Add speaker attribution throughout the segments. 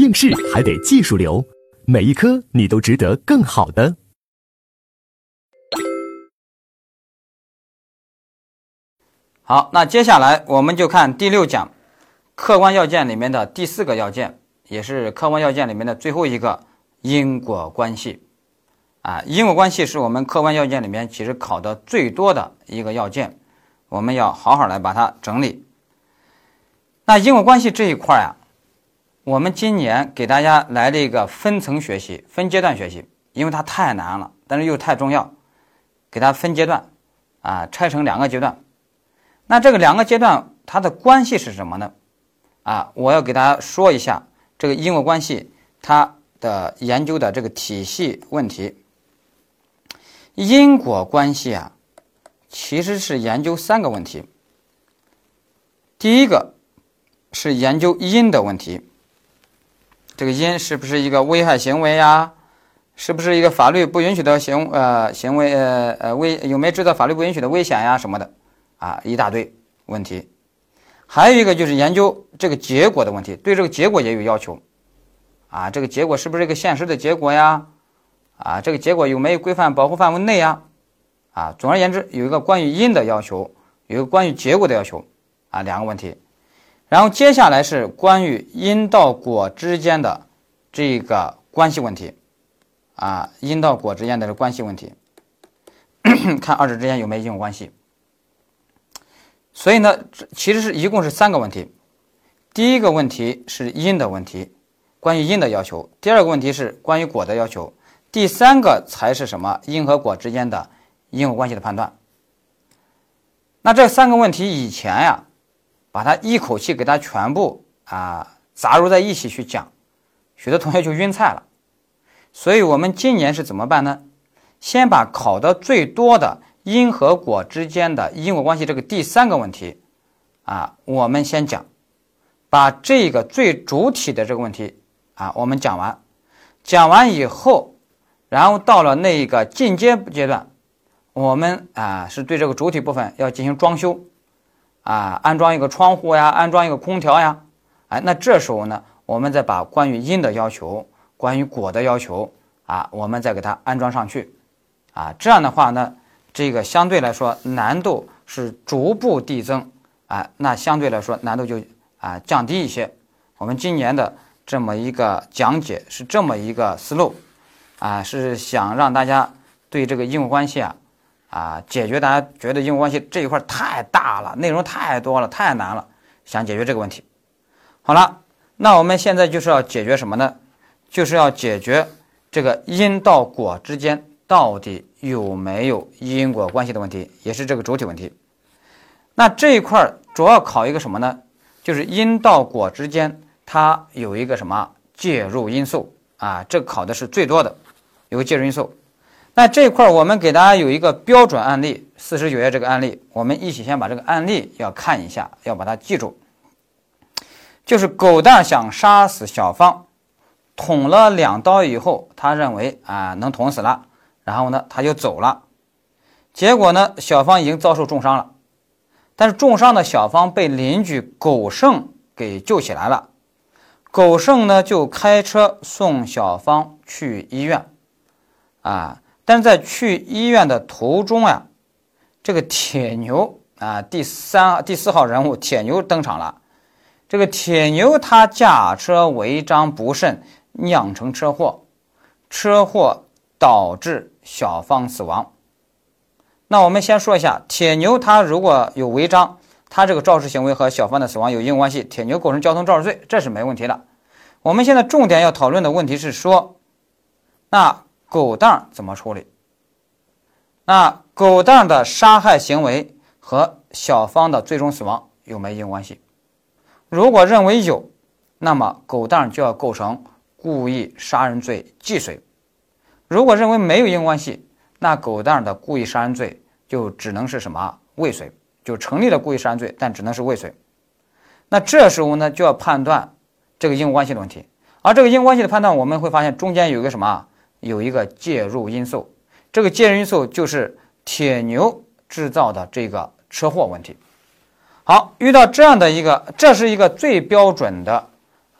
Speaker 1: 应试还得技术流，每一科你都值得更好的。
Speaker 2: 好，那接下来我们就看第6讲客观要件里面的第4个要件，也是客观要件里面的最后一个因果关系。因果关系是我们客观要件里面其实考的最多的一个要件，我们要好好来把它整理。那因果关系这一块呀，我们今年给大家来了一个分层学习、分阶段学习，因为它太难了，但是又太重要，给它分阶段拆成2个阶段。那这个2个阶段它的关系是什么呢？我要给大家说一下这个因果关系它的研究的这个体系问题。因果关系其实是研究3个问题。第一个是研究因的问题，这个因是不是一个危害行为呀？是不是一个法律不允许的行为有没有制造法律不允许的危险呀什么的一大堆问题。还有一个就是研究这个结果的问题，对这个结果也有要求这个结果是不是一个现实的结果呀？这个结果有没有规范保护范围内呀？总而言之，有一个关于因的要求，有一个关于结果的要求2个问题。然后接下来是关于因到果之间的这个关系问题因到果之间的关系问题看二者之间有没有因果关系。所以呢，其实一共是3个问题。第一个问题是因的问题，关于因的要求；第2个问题是关于果的要求；第3个才是什么？因和果之间的因果关系的判断。那这3个问题以前把它一口气给它全部杂糅在一起去讲，许多同学就晕菜了。所以我们今年是怎么办呢？先把考的最多的因和果之间的因果关系这个第3个问题我们先讲，把这个最主体的这个问题我们讲完。讲完以后，然后到了那个进阶阶段，我们是对这个主体部分要进行装修安装一个窗户呀，安装一个空调呀那这时候呢，我们再把关于因的要求、关于果的要求我们再给它安装上去这样的话呢，这个相对来说难度是逐步递增那相对来说难度就降低一些。我们今年的这么一个讲解是这么一个思路是想让大家对这个因果关系解决大家觉得因果关系这一块太大了，内容太多了，太难了，想解决这个问题。好了，那我们现在就是要解决什么呢？就是要解决这个因到果之间到底有没有因果关系的问题，也是这个主体问题。那这一块主要考一个什么呢？就是因到果之间它有一个什么介入因素这个考的是最多的，有个介入因素。那这一块我们给大家有一个标准案例，49页这个案例，我们一起先把这个案例要看一下，要把它记住。就是狗蛋想杀死小芳，捅了2刀以后，他认为能捅死了，然后呢他就走了。结果呢，小芳已经遭受重伤了，但是重伤的小芳被邻居狗剩给救起来了。狗剩呢就开车送小芳去医院但是在去医院的途中这个铁牛第4号人物铁牛登场了。这个铁牛他驾车违章不慎，酿成车祸，车祸导致小芳死亡。那我们先说一下，铁牛他如果有违章，他这个肇事行为和小芳的死亡有因果关系，铁牛构成交通肇事罪，这是没问题的。我们现在重点要讨论的问题是说，那狗蛋怎么处理？那狗蛋的杀害行为和小芳的最终死亡有没有因果关系？如果认为有，那么狗蛋就要构成故意杀人罪既遂。如果认为没有因果关系，那狗蛋的故意杀人罪就只能是什么未遂，就成立了故意杀人罪，但只能是未遂。那这时候呢，就要判断这个因果关系的问题。而这个因果关系的判断，我们会发现中间有一个什么？有一个介入因素。这个介入因素就是铁牛制造的这个车祸问题。好，遇到这样的一个，这是一个最标准的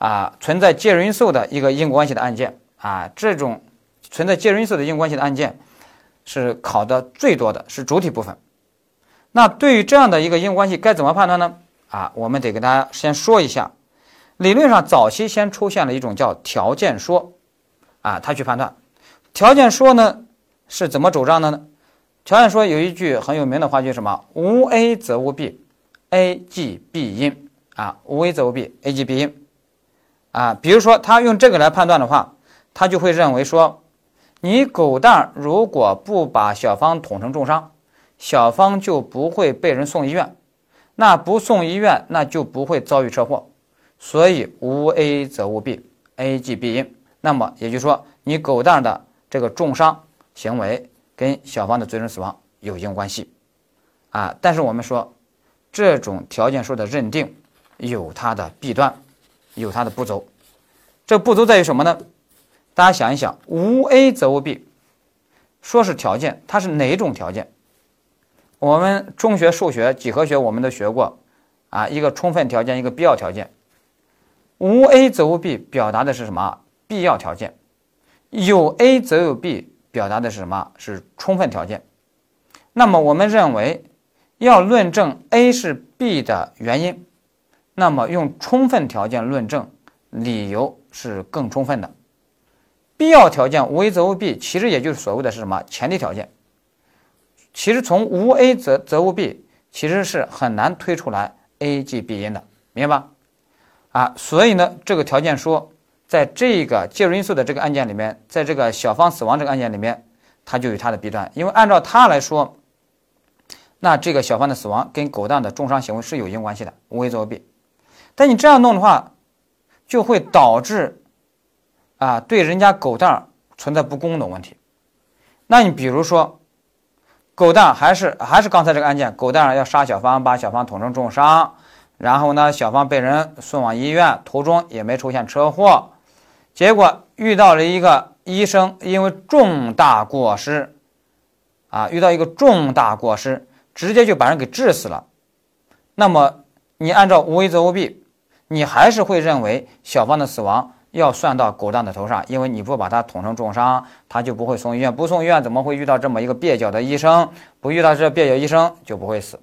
Speaker 2: 存在介入因素的一个因果关系的案件这种存在介入因素的因果关系的案件是考的最多的，是主体部分。那对于这样的一个因果关系该怎么判断呢？我们得给大家先说一下，理论上早期先出现了一种叫条件说它去判断。条件说呢是怎么主张的呢？条件说有一句很有名的话，就是什么？无 A 则无 B，A 即 B 因无 A 则无 B，A 即 B 因比如说他用这个来判断的话，他就会认为说，你狗蛋如果不把小芳捅成重伤，小芳就不会被人送医院，那不送医院那就不会遭遇车祸，所以无 A 则无 B，A 即 B 因。那么也就是说，你狗蛋的这个重伤行为跟小芳的最终死亡有因果关系但是我们说这种条件说的认定有它的弊端，有它的不足。这不足在于什么呢？大家想一想，无 A 则无 B 说是条件，它是哪种条件？我们中学数学几何学我们都学过一个充分条件，一个必要条件。无 A 则无 B 表达的是什么？必要条件。有 A 则有 B 表达的是什么？是充分条件。那么我们认为要论证 A 是 B 的原因，那么用充分条件论证理由是更充分的。必要条件无 A 则无 B 其实也就是所谓的是什么？前提条件。其实从无 A 则无 B 其实是很难推出来 A 即 B 因的，明白吧？所以呢这个条件说在这个介入因素的这个案件里面，在这个小芳死亡这个案件里面，它就有它的弊端。因为按照它来说，那这个小芳的死亡跟狗蛋的重伤行为是有因果关系的，无 A 则无 B。但你这样弄的话，就会导致对人家狗蛋存在不公的问题。那你比如说狗蛋还是刚才这个案件，狗蛋要杀小芳，把小芳捅成重伤，然后呢小芳被人送往医院，途中也没出现车祸，结果遇到了一个医生因为重大过失遇到一个重大过失，直接就把人给治死了。那么你按照无 A 则无 B， 你还是会认为小芳的死亡要算到狗蛋的头上，因为你不把他捅成重伤，他就不会送医院，不送医院怎么会遇到这么一个蹩脚的医生？不遇到这蹩脚医生就不会死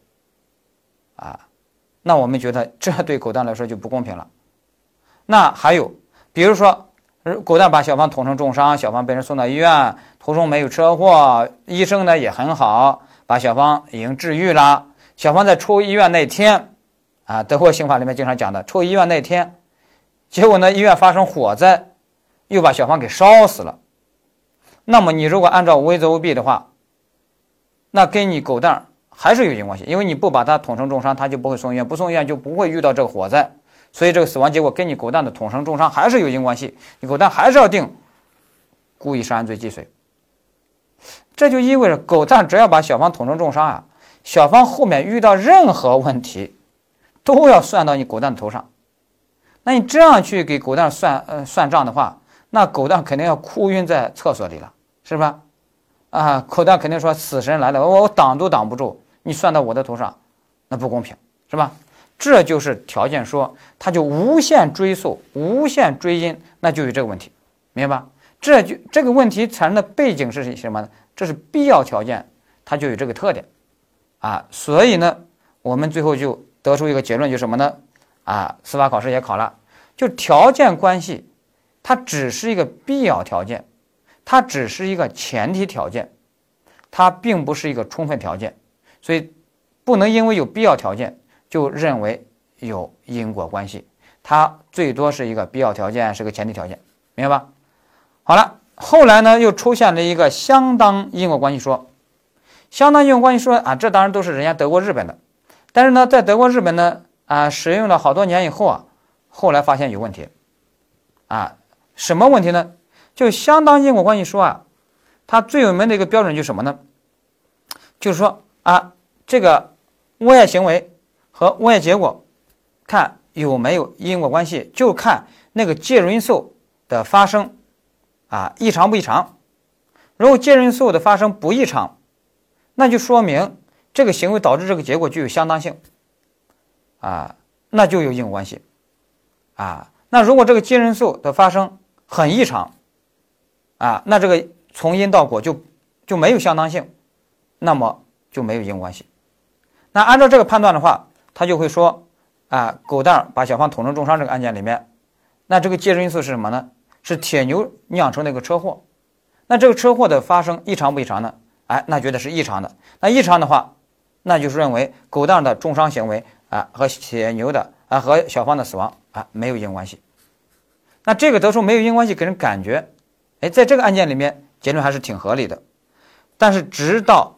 Speaker 2: 那我们觉得这对狗蛋来说就不公平了。那还有比如说狗蛋把小芳捅成重伤，小芳被人送到医院，途中没有车祸，医生呢也很好，把小芳已经治愈了。小芳在出医院那天德国刑法里面经常讲的，出医院那天结果呢医院发生火灾，又把小芳给烧死了。那么你如果按照无 A 则无 B 的话，那跟你狗蛋还是有因果关系，因为你不把他捅成重伤，他就不会送医院，不送医院就不会遇到这个火灾，所以这个死亡结果跟你狗蛋的捅成重伤还是有因果关系，你狗蛋还是要定故意杀人罪既遂。这就意味着狗蛋只要把小芳捅成重伤小芳后面遇到任何问题都要算到你狗蛋的头上。那你这样去给狗蛋算账的话，那狗蛋肯定要哭晕在厕所里了，是吧？狗蛋肯定说死神来了，我挡都挡不住，你算到我的头上，那不公平，是吧？这就是条件说，它就无限追溯，无限追因，那就有这个问题，明白吧？这个问题产生的背景是什么呢？这是必要条件，它就有这个特点所以呢，我们最后就得出一个结论，就是什么呢？司法考试也考了，就条件关系，它只是一个必要条件，它只是一个前提条件，它并不是一个充分条件，所以不能因为有必要条件就认为有因果关系，它最多是一个必要条件，是个前提条件，明白吧？好了，后来呢又出现了一个相当因果关系说。相当因果关系说这当然都是人家德国日本的，但是呢在德国日本呢使用了好多年以后后来发现有问题什么问题呢？就相当因果关系说它最有名的一个标准就是什么呢？就是说这个窝业行为和窝业结果看有没有因果关系，就看那个介入因素的发生异常不异常。如果介入因素的发生不异常，那就说明这个行为导致这个结果具有相当性那就有因果关系那如果这个介质因素的发生很异常啊，那这个从因到果就没有相当性，那么就没有因果关系。那按照这个判断的话，他就会说啊，狗蛋把小芳捅成重伤这个案件里面，那这个介质因素是什么呢？是铁牛酿成那个车祸。那这个车祸的发生异常不异常呢？哎，那觉得是异常的。那异常的话，那就是认为狗蛋的重伤行为啊和铁牛的和小芳的死亡没有因果关系。那这个得出没有因果关系，给人感觉，哎，在这个案件里面结论还是挺合理的。但是直到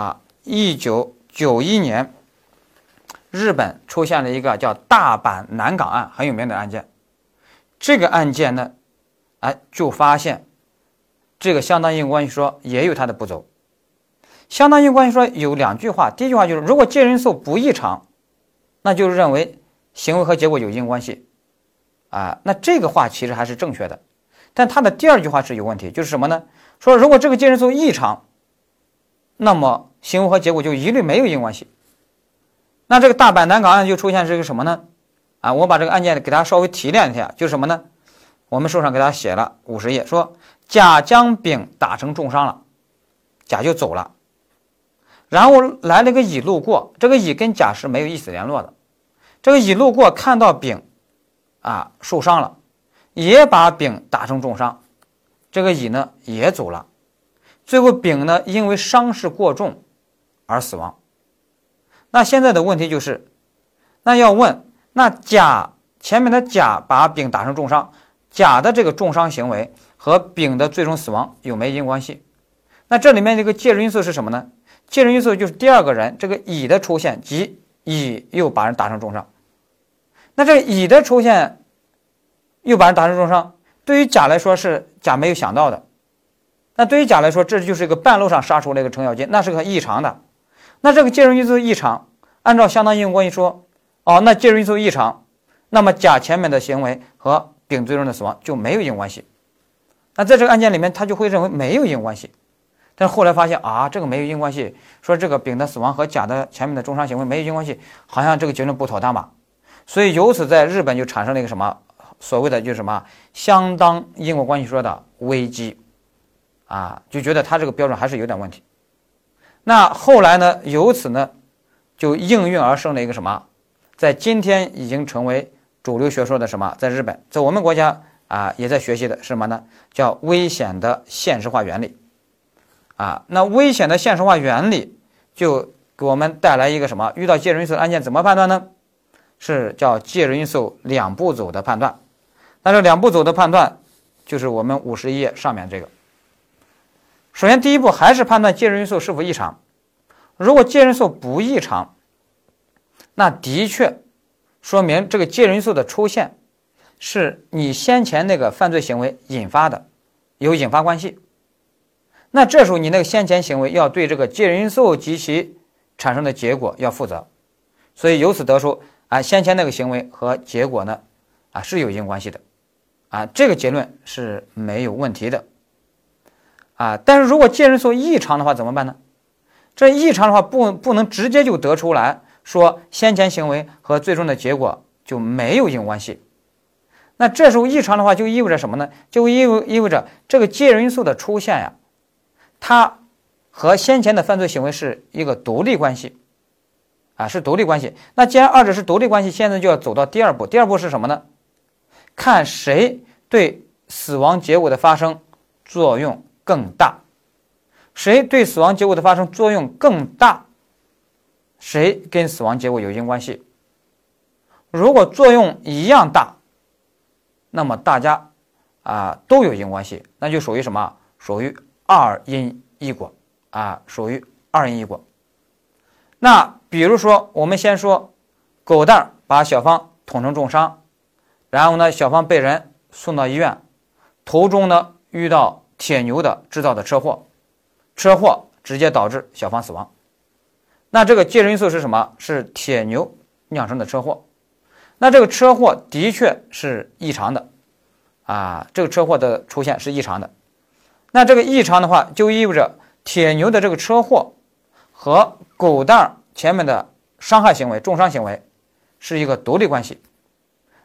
Speaker 2: 1991年，日本出现了一个叫大阪南港案，很有名的案件。这个案件呢，就发现这个相当因果关系说也有它的步骤。相当因果关系说有2句话，第一句话就是如果介质因素不异常，那就是认为行为和结果有因果关系那这个话其实还是正确的。但它的第2句话是有问题，就是什么呢？说如果这个介质因素异常，那么行为和结果就一律没有因果关系。那这个大阪南港案就出现是一个什么呢？我把这个案件给大家稍微提炼一下，就是什么呢？我们书上给大家写了50页，说甲将丙打成重伤了，甲就走了，然后来了个乙路过，这个乙跟甲是没有一丝联络的，这个乙路过看到丙受伤了，也把丙打成重伤，这个乙呢也走了，最后丙呢因为伤势过重而死亡。那现在的问题就是，那要问，那甲前面的甲把丙打成重伤，甲的这个重伤行为和丙的最终死亡有没有因果关系？那这里面这个介质因素是什么呢？介质因素就是第2个人这个乙的出现，即乙又把人打成重伤。那这个乙的出现又把人打成重伤，对于甲来说是甲没有想到的。那对于甲来说，这就是一个半路上杀出了一个程咬金，那是个异常的。那这个介质因素异常，按照相当因果关系说，那介质因素异常，那么甲前面的行为和丙最终的死亡就没有因果关系。那在这个案件里面，他就会认为没有因果关系。但是后来发现这个没有因果关系，说这个丙的死亡和甲的前面的重伤行为没有因果关系，好像这个结论不妥当吧？所以由此在日本就产生了一个什么所谓的就是什么相当因果关系说的危机就觉得他这个标准还是有点问题。那后来呢，由此呢就应运而生了一个什么，在今天已经成为主流学说的什么，在日本，在我们国家也在学习的是什么呢？叫危险的现实化原理那危险的现实化原理就给我们带来一个什么？遇到介质因素的案件怎么判断呢？是叫介质因素2步走的判断。那这2步走的判断就是我们51页上面这个。首先第一步还是判断介质因素是否异常。如果介质因素不异常，那的确说明这个介质因素的出现是你先前那个犯罪行为引发的，有引发关系。那这时候你那个先前行为要对这个介质因素及其产生的结果要负责。所以由此得出先前那个行为和结果呢是有因果关系的这个结论是没有问题的但是如果介质因素异常的话怎么办呢？这异常的话不能直接就得出来说先前行为和最终的结果就没有因果关系。那这时候异常的话就意味着什么呢？就意味着这个介质因素的出现它和先前的犯罪行为是一个独立关系是独立关系。那既然二者是独立关系，现在就要走到第2步。第2步是什么呢？看谁对死亡结果的发生作用更大，谁对死亡结果的发生作用更大，谁跟死亡结果有因关系。如果作用一样大，那么大家都有因关系，那就属于什么？属于2因1果属于2因1果。那比如说我们先说狗蛋把小芳捅成重伤，然后呢小芳被人送到医院，途中呢遇到铁牛的制造的车祸直接导致小芳死亡。那这个介质因素是什么？是铁牛酿成的车祸。那这个车祸的确是异常的这个车祸的出现是异常的。那这个异常的话就意味着铁牛的这个车祸和狗蛋前面的伤害行为重伤行为是一个独立关系。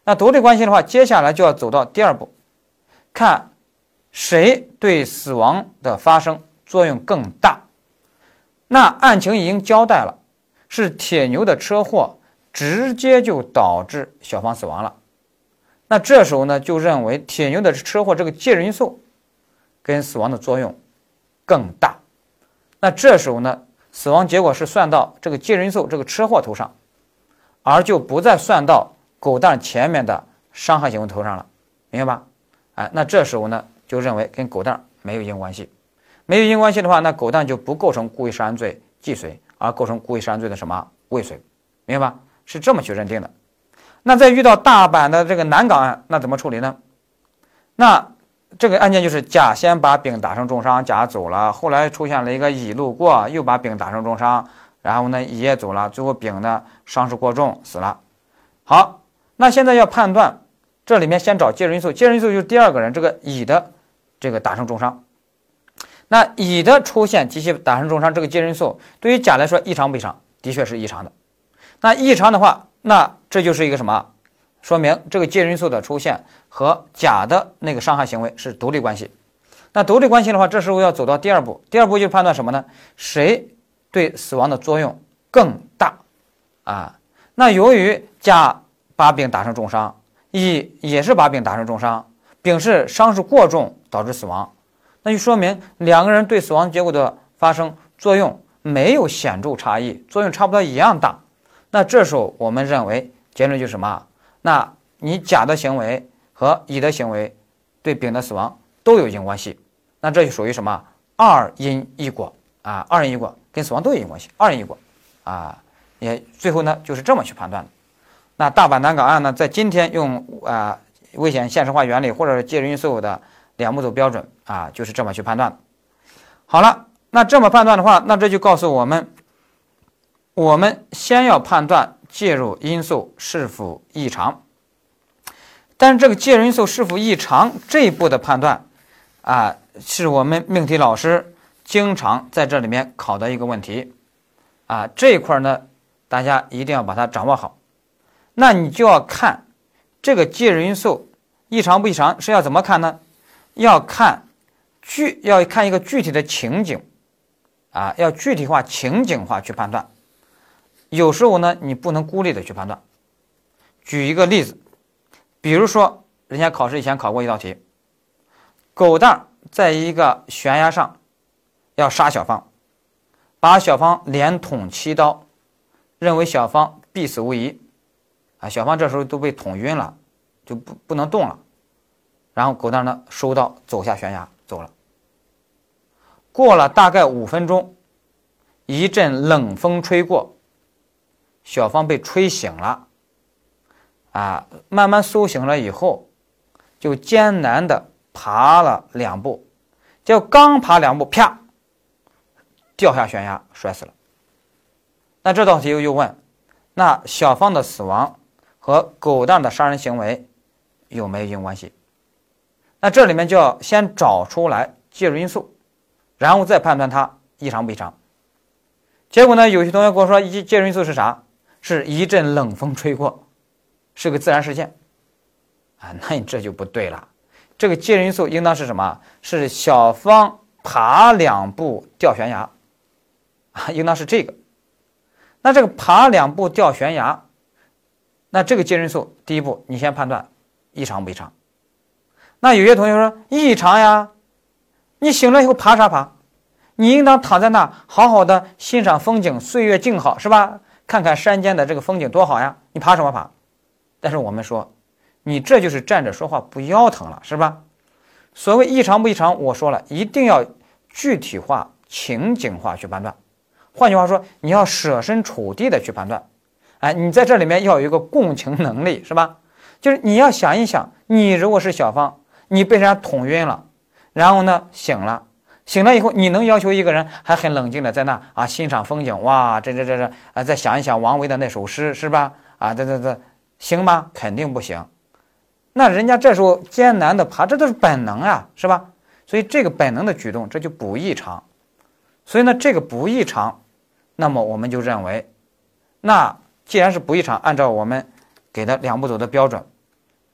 Speaker 2: 那独立关系的话，接下来就要走到第二步，看谁对死亡的发生作用更大。那案情已经交代了，是铁牛的车祸直接就导致小芳死亡了。那这时候呢，就认为铁牛的车祸这个介入因素跟死亡的作用更大。那这时候呢，死亡结果是算到这个介入因素这个车祸头上，而就不再算到狗蛋前面的伤害行为头上了，明白吧？那这时候呢，就认为跟狗蛋没有因果关系。没有因果关系的话，那狗蛋就不构成故意杀人罪既遂，而构成故意杀人罪的什么未遂，明白吧？是这么去认定的。那在遇到大阪的这个南港案，那怎么处理呢？那这个案件就是甲先把丙打成重伤，甲走了，后来出现了一个乙路过，又把丙打成重伤，然后呢乙也走了，最后丙呢伤势过重死了。好，那现在要判断，这里面先找介入因素，介入因素就是第二个人这个乙的这个打成重伤。那乙的出现及其打成重伤这个介入因素，对于甲来说异常不异常？的确是异常的。那异常的话，那这就是一个什么？说明这个介入因素的出现和甲的那个伤害行为是独立关系。那独立关系的话，这时候要走到第二步，第二步就判断什么呢？谁对死亡的作用更大啊？那由于甲把丙打成重伤，乙也是把丙打成重伤，丙是伤势过重导致死亡，那就说明两个人对死亡结果的发生作用没有显著差异，作用差不多一样大。那这时候我们认为结论就是什么？那你甲的行为和乙的行为对丙的死亡都有因果关系，那这就属于什么？二因一果啊，二因一果跟死亡都有因果关系，二因一果啊，也最后呢就是这么去判断的。那大阪南港案呢，在今天用危险现实化原理或者是介入因素的两步走标准啊，就是这么去判断的。好了，那这么判断的话，那这就告诉我们，我们先要判断介入因素是否异常。但是这个介入因素是否异常这一步的判断是我们命题老师经常在这里面考的一个问题这一块呢，大家一定要把它掌握好。那你就要看这个介入因素异常不异常是要怎么看呢？要看一个具体的情景要具体化情景化去判断。有时候呢，你不能孤立的去判断。举一个例子，比如说人家考试以前考过一道题，狗蛋在一个悬崖上要杀小芳，把小芳连捅7刀，认为小芳必死无疑小芳这时候都被捅晕了，就不能动了，然后狗蛋呢收刀走下悬崖走了。过了大概5分钟，一阵冷风吹过，小芳被吹醒了慢慢苏醒了以后，就艰难的爬了2步，结果刚爬2步，啪，掉下悬崖摔死了。那这道题又问，那小芳的死亡和狗蛋的杀人行为有没有因果关系？那这里面就要先找出来介入因素，然后再判断它异常不异常。结果呢，有些同学跟我说介入因素是啥？是一阵冷风吹过，是个自然事件那你这就不对了。这个介入因素应当是什么？是小芳爬2步掉悬崖应当是这个。那这个爬2步掉悬崖，那这个介入因素第一步你先判断异常不异常。那有些同学说异常呀，你醒了以后爬啥爬？你应当躺在那好好的欣赏风景，岁月静好是吧？看看山间的这个风景多好呀，你爬什么爬？但是我们说你这就是站着说话不腰疼了是吧？所谓异常不异常，我说了一定要具体化情景化去判断。换句话说，你要设身处地的去判断你在这里面要有一个共情能力是吧？就是你要想一想，你如果是小芳，你被人家捅晕了，然后呢醒了以后，你能要求一个人还很冷静的在那欣赏风景？哇，再想一想王维的那首诗是吧？这行吗？肯定不行。那人家这时候艰难的爬，这都是本能是吧？所以这个本能的举动，这就不异常。所以呢，这个不异常，那么我们就认为，那既然是不异常，按照我们给的2步走的标准，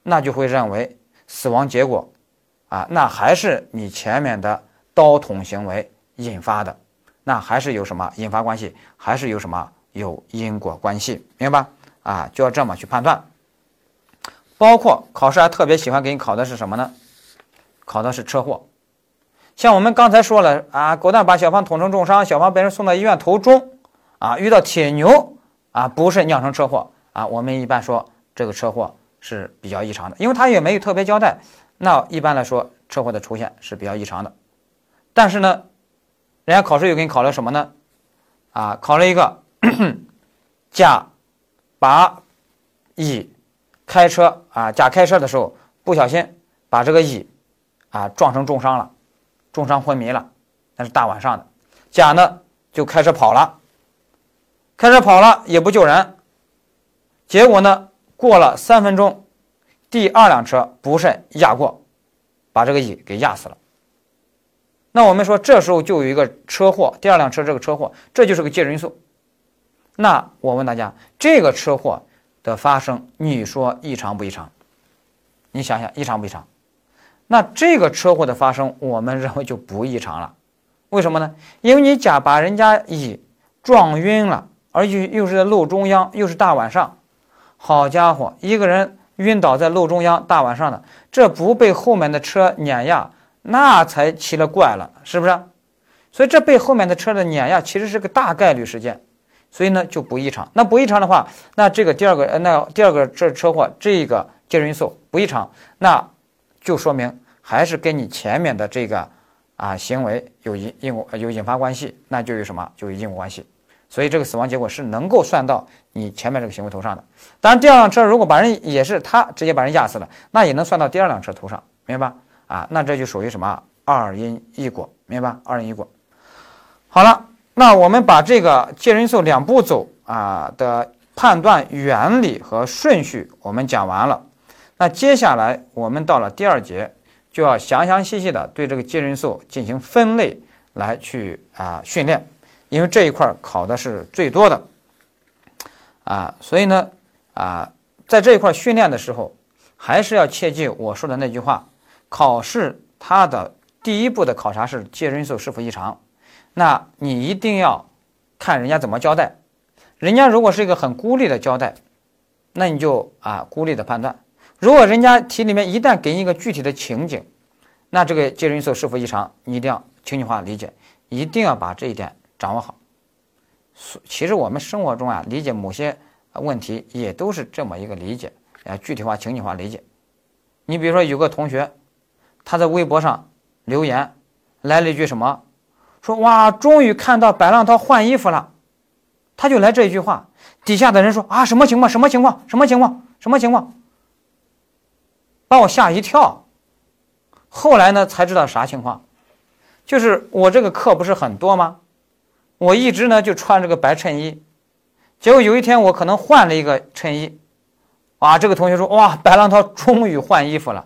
Speaker 2: 那就会认为死亡结果那还是你前面的刀捅行为引发的，那还是有什么引发关系，还是有什么有因果关系，明白吧？就要这么去判断。包括考试还特别喜欢给你考的是什么呢？考的是车祸。像我们刚才说了狗蛋把小胖捅成重伤，小胖被人送到医院投中遇到铁牛不慎酿成车祸我们一般说这个车祸是比较异常的，因为他也没有特别交代。那一般来说，车祸的出现是比较异常的。但是呢，人家考试又给你考了什么呢？考了一个甲把乙开车甲开车的时候不小心把这个乙撞成重伤了，重伤昏迷了，那是大晚上的。甲呢就开车跑了，也不救人，结果呢过了3分钟，第2辆车不慎压过，把这个乙给压死了。那我们说这时候就有一个车祸，第2辆车这个车祸，这就是个介质因素。那我问大家，这个车祸的发生，你说异常不异常？你想想异常不异常？那这个车祸的发生，我们认为就不异常了。为什么呢？因为你甲把人家乙撞晕了，而且又是在路中央，又是大晚上。好家伙，一个人晕倒在路中央，大晚上的，这不被后面的车碾压，那才奇了怪了，是不是？所以这被后面的车的碾压其实是个大概率事件，所以呢就不异常。那不异常的话，那这个第二个这车祸这个介质因素不异常，那就说明还是跟你前面的这个行为有引发关系，那就有什么？就有因果关系。所以这个死亡结果是能够算到你前面这个行为头上的。当然，第2辆车如果把人也是他直接把人压死了，那也能算到第2辆车头上，明白吧？那这就属于什么二因一果，明白吧？二因一果。好了，那我们把这个介质因素2步走的判断原理和顺序我们讲完了。那接下来我们到了第2节，就要详详细细的对这个介质因素进行分类来去训练。因为这一块考的是最多的所以呢在这一块训练的时候，还是要切记我说的那句话，考试它的第一步的考察是介质因素是否异常，那你一定要看人家怎么交代。人家如果是一个很孤立的交代，那你就孤立的判断。如果人家题里面一旦给你一个具体的情景，那这个介质因素是否异常，你一定要情景化理解，一定要把这一点掌握好。其实我们生活中理解某些问题也都是这么一个理解，具体化情景化理解。你比如说有个同学他在微博上留言来了一句什么，说哇终于看到白浪涛换衣服了，他就来这一句话，底下的人说什么情况什么情况什么情况什么情况，把我吓一跳。后来呢才知道啥情况，就是我这个课不是很多吗？我一直呢就穿这个白衬衣，结果有一天我可能换了一个衬衣，这个同学说哇白浪涛终于换衣服了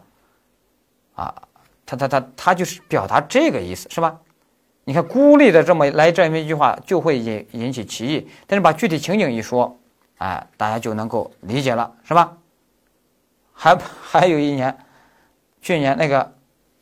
Speaker 2: 他就是表达这个意思，是吧？你看孤立的这么一句话就会引起歧义，但是把具体情景一说大家就能够理解了，是吧？还有一年，去年那个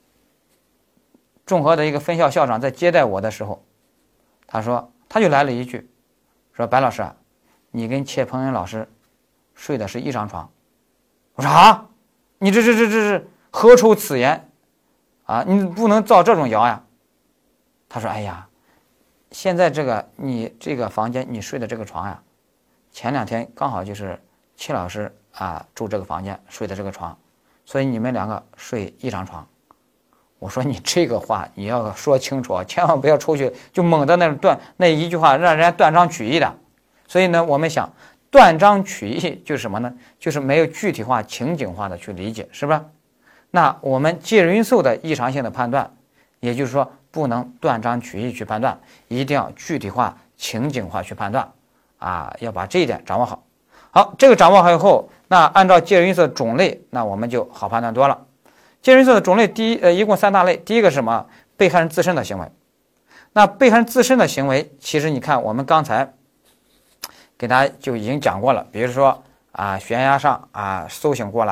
Speaker 2: 众和的一个分校校长在接待我的时候，他就来了一句，说白老师你跟切鹏恩老师睡的是一张床。我说你这何出此言你不能造这种谣呀。他说哎呀，现在你这个房间你睡的这个床呀，前2天刚好就是切老师住这个房间睡的这个床，所以你们2个睡一张床。我说你这个话你要说清楚，千万不要出去就猛的那一句话让人家断章取义的。所以呢我们想断章取义就是什么呢？就是没有具体化情景化的去理解，是吧？那我们介质因素的异常性的判断，也就是说不能断章取义去判断，一定要具体化情景化去判断要把这一点掌握好。好，这个掌握好以后，那按照介质因素的种类，那我们就好判断多了。介质因素的种类一共3大类。第一个是什么？被害人自身的行为。那被害人自身的行为，其实你看我们刚才给大家就已经讲过了，比如说悬崖上苏醒过来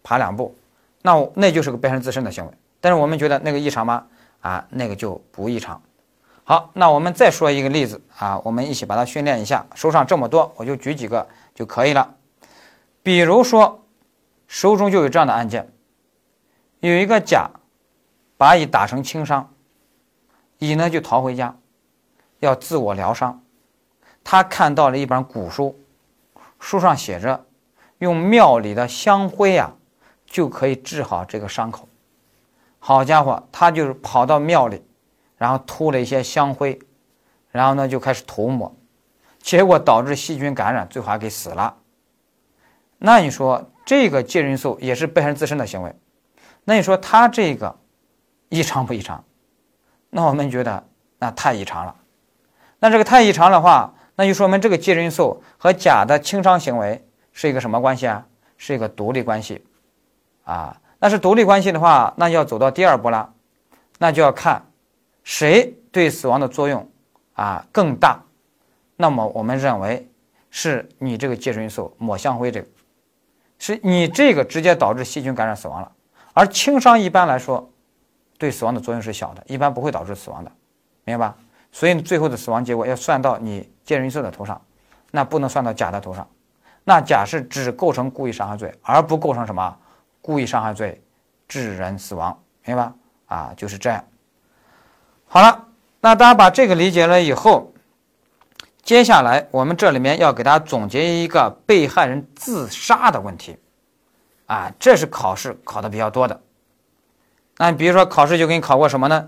Speaker 2: 爬2步，那就是个被害人自身的行为。但是我们觉得那个异常吗？那个就不异常。好，那我们再说一个例子我们一起把它训练一下。手上这么多，我就举几个就可以了。比如说，手中就有这样的案件，有一个甲把乙打成轻伤，乙呢就逃回家，要自我疗伤。他看到了一本古书，书上写着用庙里的香灰就可以治好这个伤口。好家伙，他就是跑到庙里，然后吐了一些香灰，然后呢就开始涂抹，结果导致细菌感染，最后还给死了。那你说这个介入因素也是被害人自身的行为，那你说他这个异常不异常？那我们觉得那太异常了。那这个太异常的话，那就说明这个介入因素和甲的轻伤行为是一个什么关系是一个独立关系那是独立关系的话，那就要走到第2步了，那就要看谁对死亡的作用更大。那么我们认为是你这个介入因素抹香灰，这个是你这个直接导致细菌感染死亡了。而轻伤一般来说对死亡的作用是小的，一般不会导致死亡的，明白吧？所以最后的死亡结果要算到你介入因素的头上，那不能算到甲的头上。那甲是只构成故意伤害罪，而不构成什么故意伤害罪致人死亡，明白吧？就是这样。好了，那大家把这个理解了以后，接下来我们这里面要给大家总结一个被害人自杀的问题这是考试考的比较多的。那比如说考试就给你考过什么呢？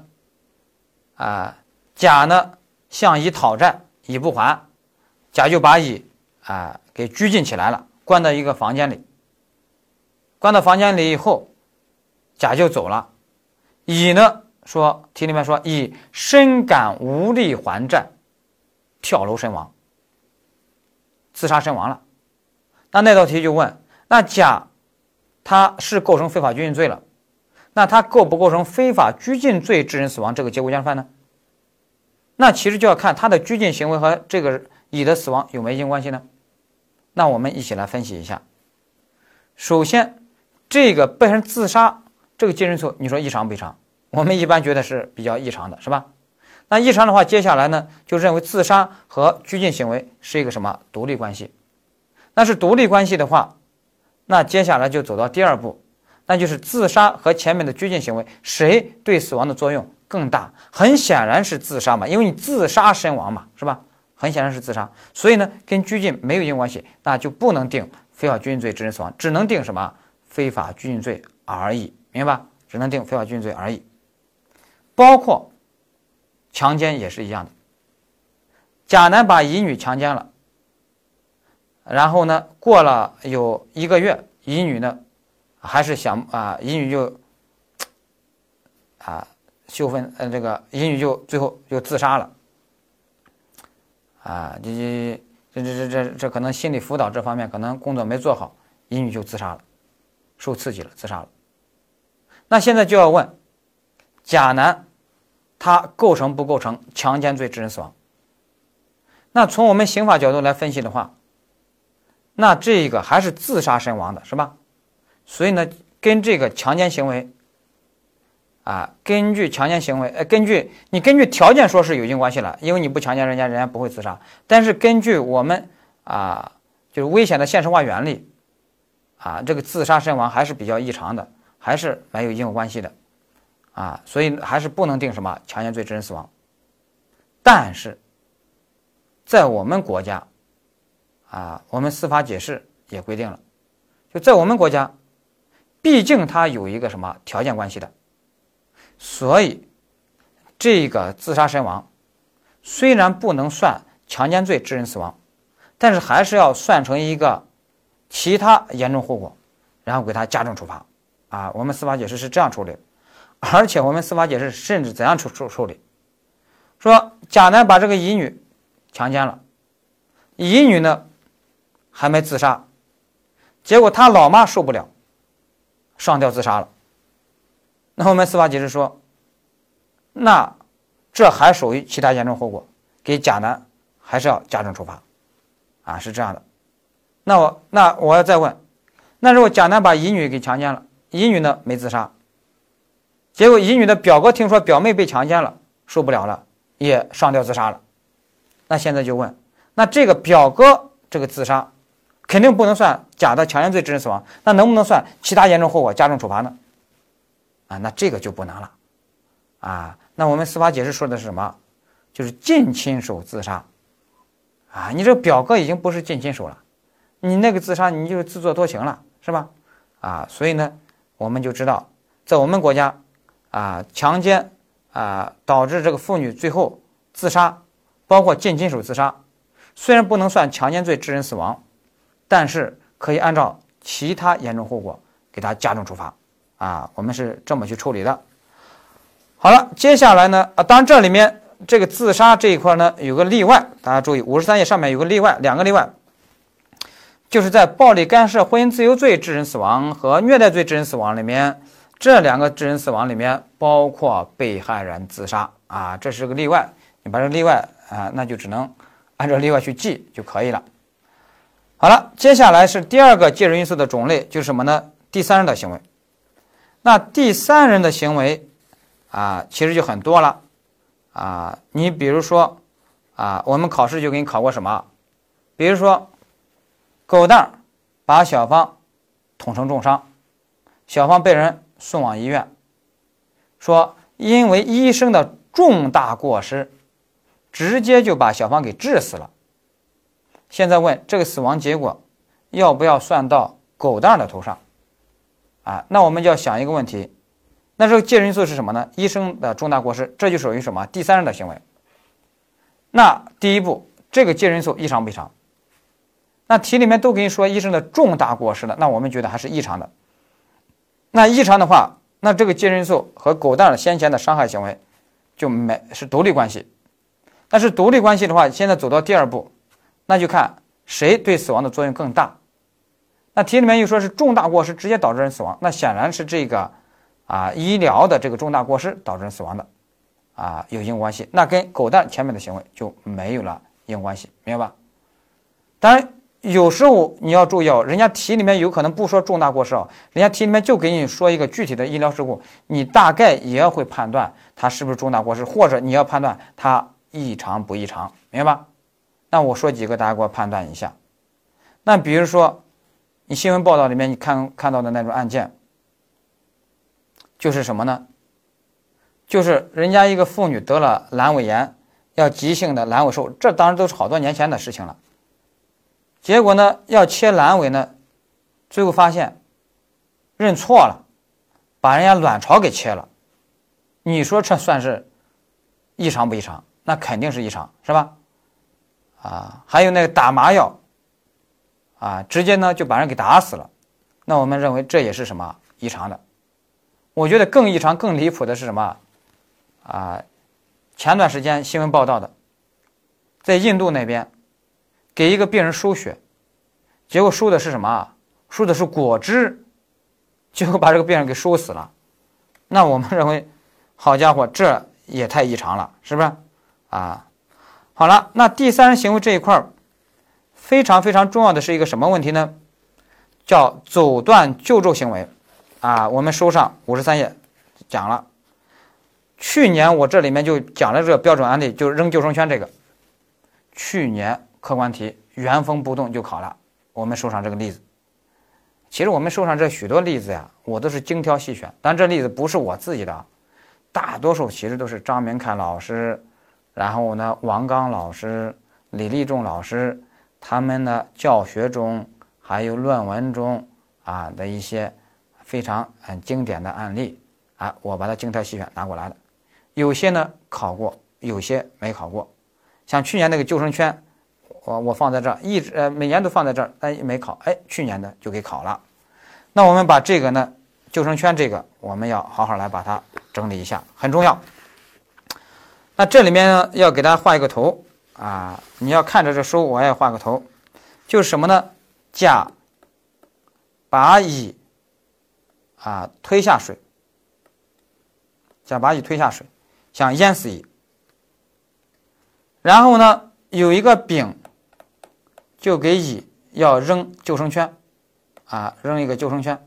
Speaker 2: 甲呢向乙讨债，乙不还，甲就把乙给拘禁起来了，关到一个房间里。关到房间里以后，甲就走了。乙呢说，题里面说乙深感无力还债，跳楼身亡，自杀身亡了。那道题就问，那甲他是构成非法拘禁罪了，那他构不构成非法拘禁罪致人死亡这个结构加重犯呢？那其实就要看他的拘禁行为和这个乙的死亡有没有因果关系呢？那我们一起来分析一下。首先，这个被害人自杀这个介入因素，你说异常不异常？我们一般觉得是比较异常的，是吧？那异常的话，接下来呢就认为自杀和拘禁行为是一个什么独立关系？那是独立关系的话，那接下来就走到第2步，那就是自杀和前面的拘禁行为谁对死亡的作用更大？很显然是自杀嘛，因为你自杀身亡嘛，是吧？很显然是自杀，所以呢跟拘禁没有因果关系，那就不能定非法拘禁罪致人死亡，只能定什么非法拘禁罪而已，明白吧？只能定非法拘禁罪而已。包括强奸也是一样的，甲男把乙女强奸了，然后呢过了有1个月，乙女呢还是想乙女就羞愤，这个乙女就最后就自杀了这可能心理辅导这方面可能工作没做好，乙女就自杀了，受刺激了，自杀了。那现在就要问，甲男他构成不构成强奸罪致人死亡？那从我们刑法角度来分析的话，那这个还是自杀身亡的，是吧？所以呢跟这个强奸行为根据强奸行为根据条件说是有因果关系了，因为你不强奸人家，人家不会自杀。但是根据我们就是危险的现实化原理这个自杀身亡还是比较异常的，还是没有因果关系的所以还是不能定什么强奸罪致人死亡。但是在我们国家我们司法解释也规定了，就在我们国家毕竟它有一个什么条件关系的，所以这个自杀身亡虽然不能算强奸罪致人死亡，但是还是要算成一个其他严重后果，然后给他加重处罚我们司法解释是这样处理的。而且我们司法解释甚至怎样处理，说甲男把这个乙女强奸了，乙女呢还没自杀，结果他老妈受不了，上吊自杀了。那我们司法解释说，那这还属于其他严重后果，给甲男还是要加重处罚是这样的。那我要再问， 那时候甲男把乙女给强奸了，乙女呢没自杀，结果乙女的表哥听说表妹被强奸了，受不了了，也上吊自杀了。那现在就问，那这个表哥这个自杀肯定不能算甲的强奸罪致人死亡，那能不能算其他严重后果加重处罚呢？那这个就不能了。那我们司法解释说的是什么？就是近亲属自杀。你这个表哥已经不是近亲属了，你那个自杀你就是自作多情了，是吧？所以呢，我们就知道，在我们国家，强奸导致这个妇女最后自杀，包括近亲属自杀，虽然不能算强奸罪致人死亡，但是可以按照其他严重后果给他加重处罚。我们是这么去处理的。好了，接下来呢，当然这里面这个自杀这一块呢有个例外，大家注意，53页上面有个例外，两个例外，就是在暴力干涉婚姻自由罪致人死亡和虐待罪致人死亡里面，这两个致人死亡里面包括被害人自杀这是个例外，你把这个例外那就只能按照例外去记就可以了。好了，接下来是第二个介入因素的种类，就是什么呢？第三人的行为。那第三人的行为其实就很多了你比如说我们考试就给你考过什么？比如说狗蛋把小芳捅成重伤，小芳被人送往医院，说因为医生的重大过失，直接就把小芳给致死了。现在问这个死亡结果要不要算到狗蛋的头上？那我们就要想一个问题，那这个介入因素是什么呢？医生的重大过失，这就属于什么？第三人的行为。那第一步，这个介入因素异常不异常？那题里面都给你说医生的重大过失了，那我们觉得还是异常的。那异常的话，那这个介入因素和狗蛋先前的伤害行为就是独立关系。但是独立关系的话，现在走到第二步，那就看谁对死亡的作用更大。那题里面又说是重大过失直接导致人死亡，那显然是这个医疗的这个重大过失导致人死亡的有因果关系，那跟狗蛋前面的行为就没有了因果关系，明白吧？当然有时候你要注意人家题里面有可能不说重大过失人家题里面就给你说一个具体的医疗事故，你大概也要会判断它是不是重大过失，或者你要判断它异常不异常，明白吧？那我说几个大家给我判断一下。那比如说你新闻报道里面你看到的那种案件，就是什么呢？就是人家一个妇女得了阑尾炎，要急性的阑尾手，这当然都是好多年前的事情了。结果呢，要切阑尾呢，最后发现认错了，把人家卵巢给切了。你说这算是异常不异常？那肯定是异常，是吧？还有那个打麻药直接呢就把人给打死了，那我们认为这也是什么异常的。我觉得更异常更离谱的是什么前段时间新闻报道的，在印度那边给一个病人输血，结果输的是什么？输的是果汁，结果把这个病人给输死了。那我们认为好家伙，这也太异常了，是不是好了，那第三人行为这一块非常非常重要的是一个什么问题呢？叫走断救助行为我们书上53页讲了。去年我这里面就讲了这个标准案例，就是扔救生圈这个，去年客观题原封不动就考了我们书上这个例子。其实我们书上这许多例子呀，我都是精挑细选，但这例子不是我自己的，大多数其实都是张明凯老师，然后呢王刚老师、李立仲老师他们的教学中还有论文中的一些非常经典的案例我把它精挑细选拿过来的。有些呢考过，有些没考过。像去年那个救生圈我放在这儿，一直每年都放在这儿，没考，去年的就给考了。那我们把这个呢救生圈这个我们要好好来把它整理一下，很重要。那这里面呢要给大家画一个图你要看着这书我也画个头，就是什么呢？甲把乙推下水，甲把乙推下水，想淹死乙。然后呢有一个丙就给乙要扔救生圈， 扔一个救生圈。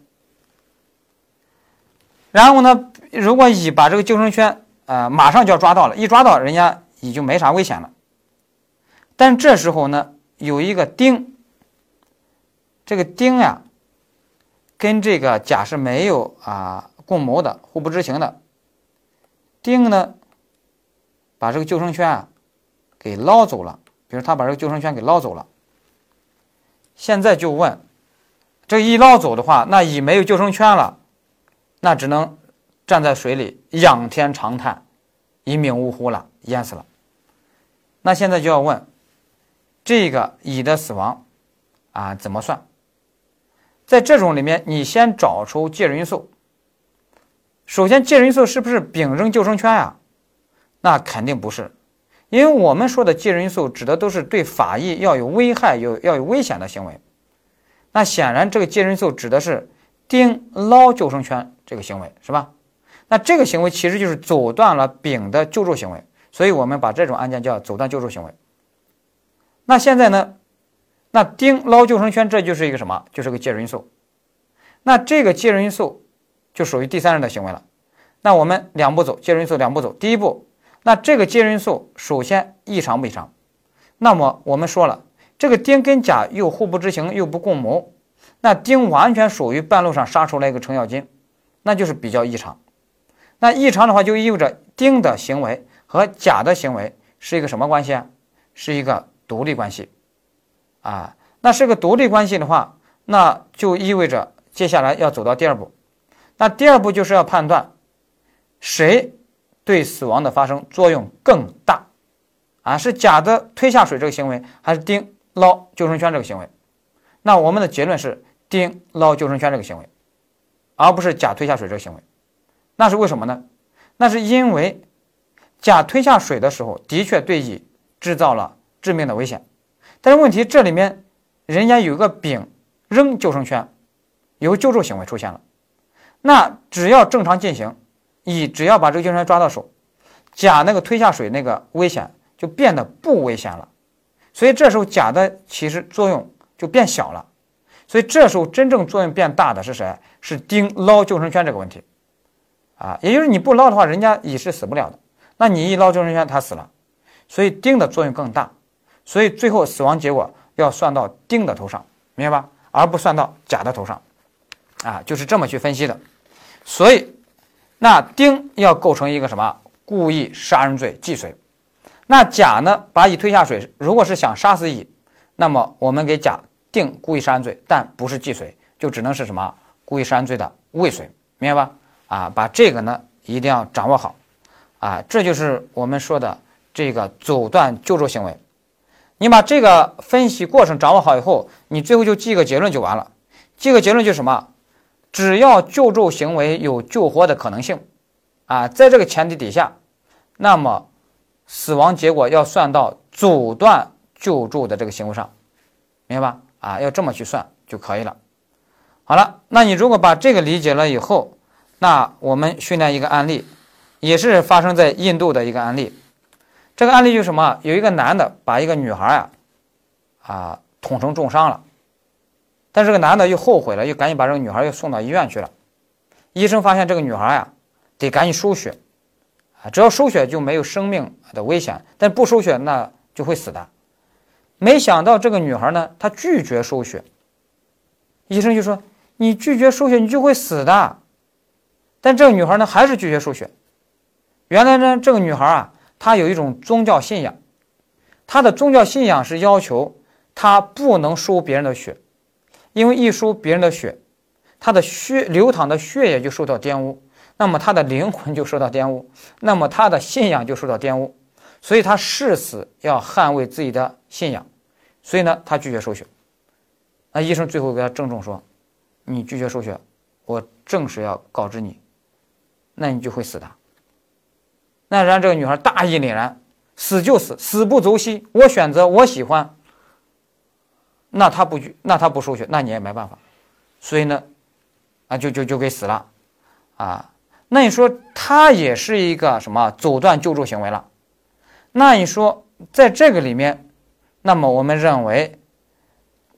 Speaker 2: 然后呢，如果乙把这个救生圈马上就要抓到了，一抓到人家乙就没啥危险了。但这时候呢，有一个丁，这个丁呀，跟这个甲是没有共谋的，互不知情的。丁呢，把这个救生圈给捞走了，比如他把这个救生圈给捞走了。现在就问，这一捞走的话，那乙没有救生圈了，那只能站在水里仰天长叹，一命呜呼了，淹死了。那现在就要问，这个乙的死亡怎么算？在这种里面，你先找出介入因素。首先，介入因素是不是丙扔救生圈那肯定不是，因为我们说的介入因素指的都是对法益要有危害、要有危险的行为。那显然这个介入因素指的是丁捞救生圈这个行为，是吧？那这个行为其实就是阻断了丙的救助行为，所以我们把这种案件叫阻断救助行为。那现在呢，那丁捞救生圈这就是一个什么？就是个介入因素。那这个介入因素就属于第三人的行为了。那我们两步走，介入因素两步走。第一步，那这个介入因素首先异常不异常？那么我们说了，这个丁跟甲又互不知情又不共谋，那丁完全属于半路上杀出来一个程咬金，那就是比较异常。那异常的话，就意味着丁的行为和甲的行为是一个什么关系是一个独立关系那是个独立关系的话，那就意味着接下来要走到第二步。那第二步就是要判断谁对死亡的发生作用更大是甲的推下水这个行为，还是丁捞救生圈这个行为？那我们的结论是丁捞救生圈这个行为，而不是甲推下水这个行为。那是为什么呢？那是因为甲推下水的时候的确对乙制造了致命的危险，但是问题这里面人家有个丙扔救生圈，有救助行为出现了。那只要正常进行，乙只要把这个救生圈抓到手，甲那个推下水那个危险就变得不危险了，所以这时候甲的其实作用就变小了。所以这时候真正作用变大的是谁？是丁捞救生圈这个问题也就是你不捞的话，人家乙是死不了的，那你一捞救生圈他死了，所以丁的作用更大，所以最后死亡结果要算到丁的头上，明白吧？而不算到甲的头上就是这么去分析的。所以那丁要构成一个什么？故意杀人罪既遂。那甲呢，把乙推下水，如果是想杀死乙，那么我们给甲定故意杀人罪，但不是既遂，就只能是什么？故意杀人罪的未遂，明白吧？把这个呢一定要掌握好这就是我们说的这个阻断救助行为。你把这个分析过程掌握好以后，你最后就记个结论就完了。记个结论就是什么？只要救助行为有救活的可能性在这个前提底下，那么死亡结果要算到阻断救助的这个行为上，明白吧？要这么去算就可以了。好了，那你如果把这个理解了以后，那我们训练一个案例，也是发生在印度的一个案例。这个案例就是什么？有一个男的把一个女孩捅成重伤了，但是这个男的又后悔了，又赶紧把这个女孩又送到医院去了。医生发现这个女孩得赶紧输血只要输血就没有生命的危险，但不输血那就会死的。没想到这个女孩呢，她拒绝输血。医生就说你拒绝输血你就会死的，但这个女孩呢还是拒绝输血。原来呢，这个女孩她有一种宗教信仰，她的宗教信仰是要求她不能输别人的血，因为一输别人的血，她的流淌的血液就受到玷污，那么她的灵魂就受到玷污，那么她的信仰就受到玷污，所以她誓死要捍卫自己的信仰，所以呢，她拒绝输血。那医生最后给她郑重说，你拒绝输血，我正式要告知你，那你就会死的。那让这个女孩大义凛然，死就死，死不足惜，我选择，我喜欢。那她不输血，那你也没办法，所以呢就给死了那你说他也是一个什么阻断救助行为了？那你说在这个里面，那么我们认为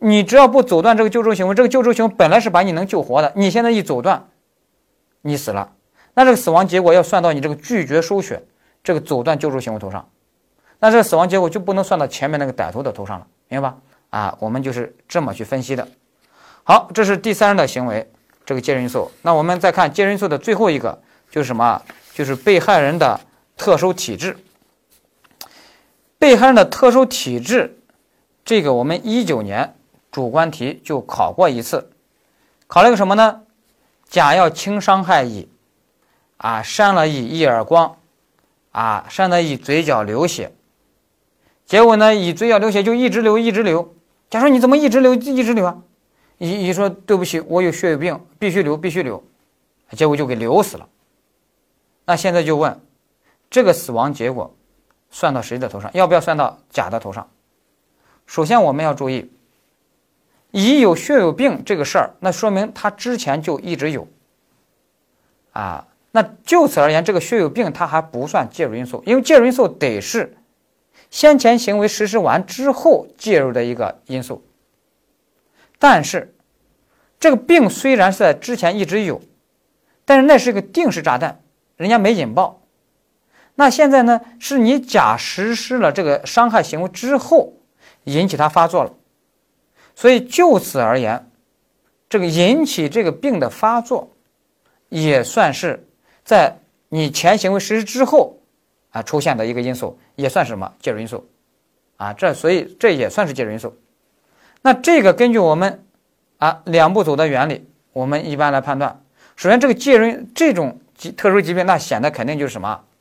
Speaker 2: 你只要不阻断这个救助行为，这个救助行为本来是把你能救活的，你现在一阻断，你死了，那这个死亡结果要算到你这个拒绝输血这个阻断救助行为头上，那这个死亡结果就不能算到前面那个歹徒的头上了，明白吧？我们就是这么去分析的。好，这是第三人的行为，这个介入因素。那我们再看介入因素的最后一个，就是什么？就是被害人的特殊体质。被害人的特殊体质，这个我们19年主观题就考过一次，考了一个什么呢？甲要轻伤害乙，扇了乙一耳光，扇得乙嘴角流血，结果呢，乙嘴角流血就一直流一直流。甲说你怎么一直流一直流啊？乙说对不起，我有血友病，必须流必须流，结果就给流死了。那现在就问，这个死亡结果算到谁的头上？要不要算到甲的头上？首先我们要注意，乙有血友病这个事儿，那说明他之前就一直有那就此而言，这个血友病它还不算介入因素，因为介入因素得是先前行为实施完之后介入的一个因素。但是这个病虽然是在之前一直有，但是那是个定时炸弹，人家没引爆。那现在呢，是你甲实施了这个伤害行为之后引起他发作了，所以就此而言，这个引起这个病的发作也算是在你前行为实施之后出现的一个因素，也算是什么介入因素所以这也算是介入因素。那这个根据我们两步走的原理，我们一般来判断。首先，这个介入这种特殊疾病，那显得肯定就是什么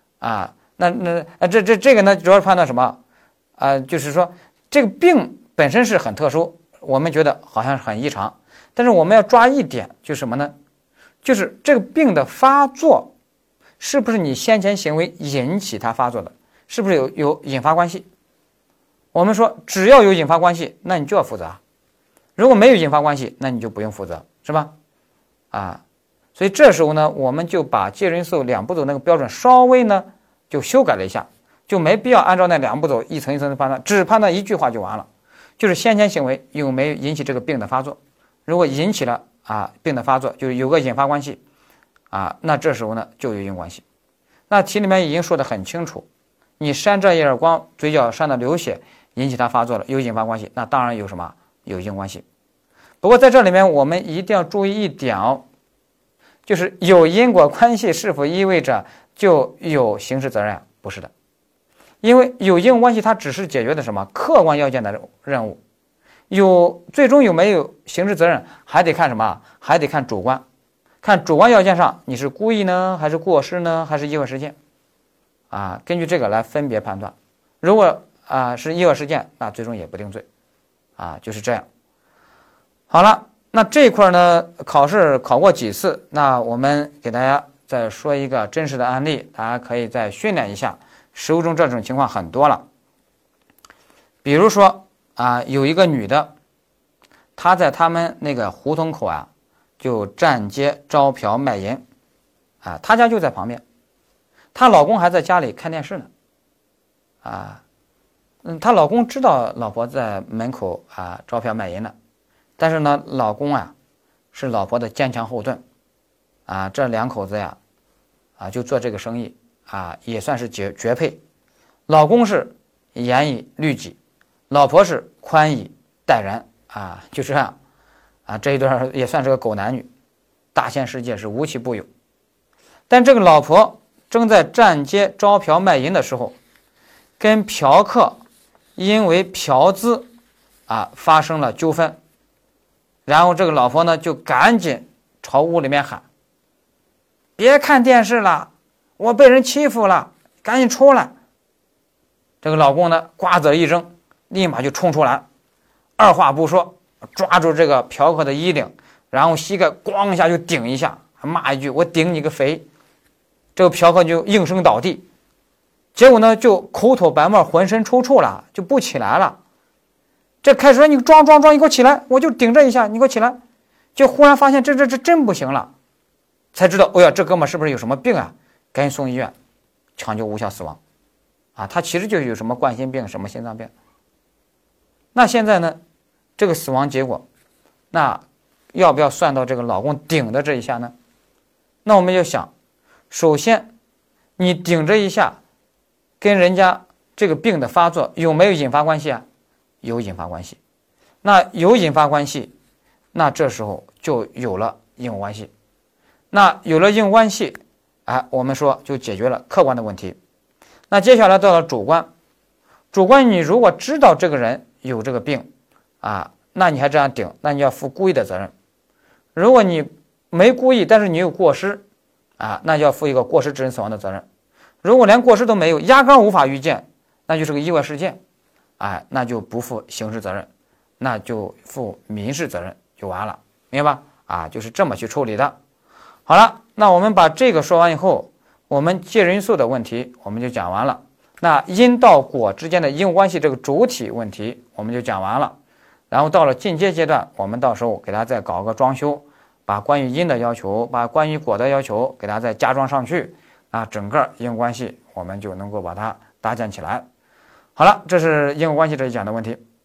Speaker 2: 这个呢，主要判断什么就是说这个病本身是很特殊，我们觉得好像是很异常，但是我们要抓一点，就是什么呢？就是这个病的发作是不是你先前行为引起它发作的，是不是有引发关系？我们说只要有引发关系，那你就要负责，如果没有引发关系，那你就不用负责，是吧？所以这时候呢，我们就把介入因素两步走那个标准稍微呢就修改了一下，就没必要按照那两步走一层一层的判断，只判断一句话就完了，就是先前行为有没有引起这个病的发作，如果引起了病的发作，就是有个引发关系那这时候呢就有因关系。那题里面已经说得很清楚，你扇这一耳光，嘴角扇的流血，引起它发作了，有引发关系，那当然有什么有因关系。不过在这里面我们一定要注意一点就是有因果关系是否意味着就有刑事责任？不是的，因为有因果关系它只是解决的什么客观要件的任务，最终有没有刑事责任还得看什么？还得看主观，看主观要件上你是故意呢，还是过失呢，还是意外事件根据这个来分别判断。如果是意外事件，那最终也不定罪就是这样。好了，那这一块呢，考试考过几次，那我们给大家再说一个真实的案例，大家可以再训练一下。实务中这种情况很多了，比如说有一个女的，她在他们那个胡同口就站街招嫖卖淫她家就在旁边，她老公还在家里看电视呢她老公知道老婆在门口招嫖卖淫呢，但是呢，老公是老婆的坚强后盾这两口子就做这个生意也算是绝配。老公是严以律己，老婆是宽以待人就这样这一对也算是个狗男女，大千世界是无奇不有。但这个老婆正在站街招嫖卖淫的时候，跟嫖客因为嫖资发生了纠纷，然后这个老婆呢就赶紧朝屋里面喊，别看电视了，我被人欺负了，赶紧出来。这个老公呢瓜子一扔，立马就冲出来，二话不说抓住这个嫖客的衣领，然后膝盖咣一下就顶一下，还骂一句我顶你个肥。这个嫖客就应声倒地，结果呢就口吐白沫，浑身抽搐了，就不起来了。这开始说你装，你给我起来，我就顶这一下，你给我起来。就忽然发现这真不行了，才知道哎呀，这哥们是不是有什么病赶紧送医院，抢救无效死亡他其实就有什么冠心病，什么心脏病。那现在呢， 这个死亡结果，那要不要算到这个老公顶的这一下呢？那我们就想，首先你顶这一下跟人家这个病的发作有没有引发关系啊？有引发关系。那有引发关系，那这时候就有了因果关系。那有了因果关系，我们说就解决了客观的问题。那接下来到了主观，主观你如果知道这个人有这个病那你还这样顶，那你要负故意的责任。如果你没故意，但是你有过失那就要负一个过失致人死亡的责任。如果连过失都没有，压根无法预见，那就是个意外事件，那就不负刑事责任，那就负民事责任就完了，明白吧？就是这么去处理的。好了，那我们把这个说完以后，我们介入因素的问题我们就讲完了。那因到果之间的因果关系这个主体问题我们就讲完了。然后到了进阶阶段，我们到时候给大家再搞个装修，把关于因的要求，把关于果的要求给大家再加装上去，整个因果关系我们就能够把它搭建起来。好了，这是因果关系这一讲的问题。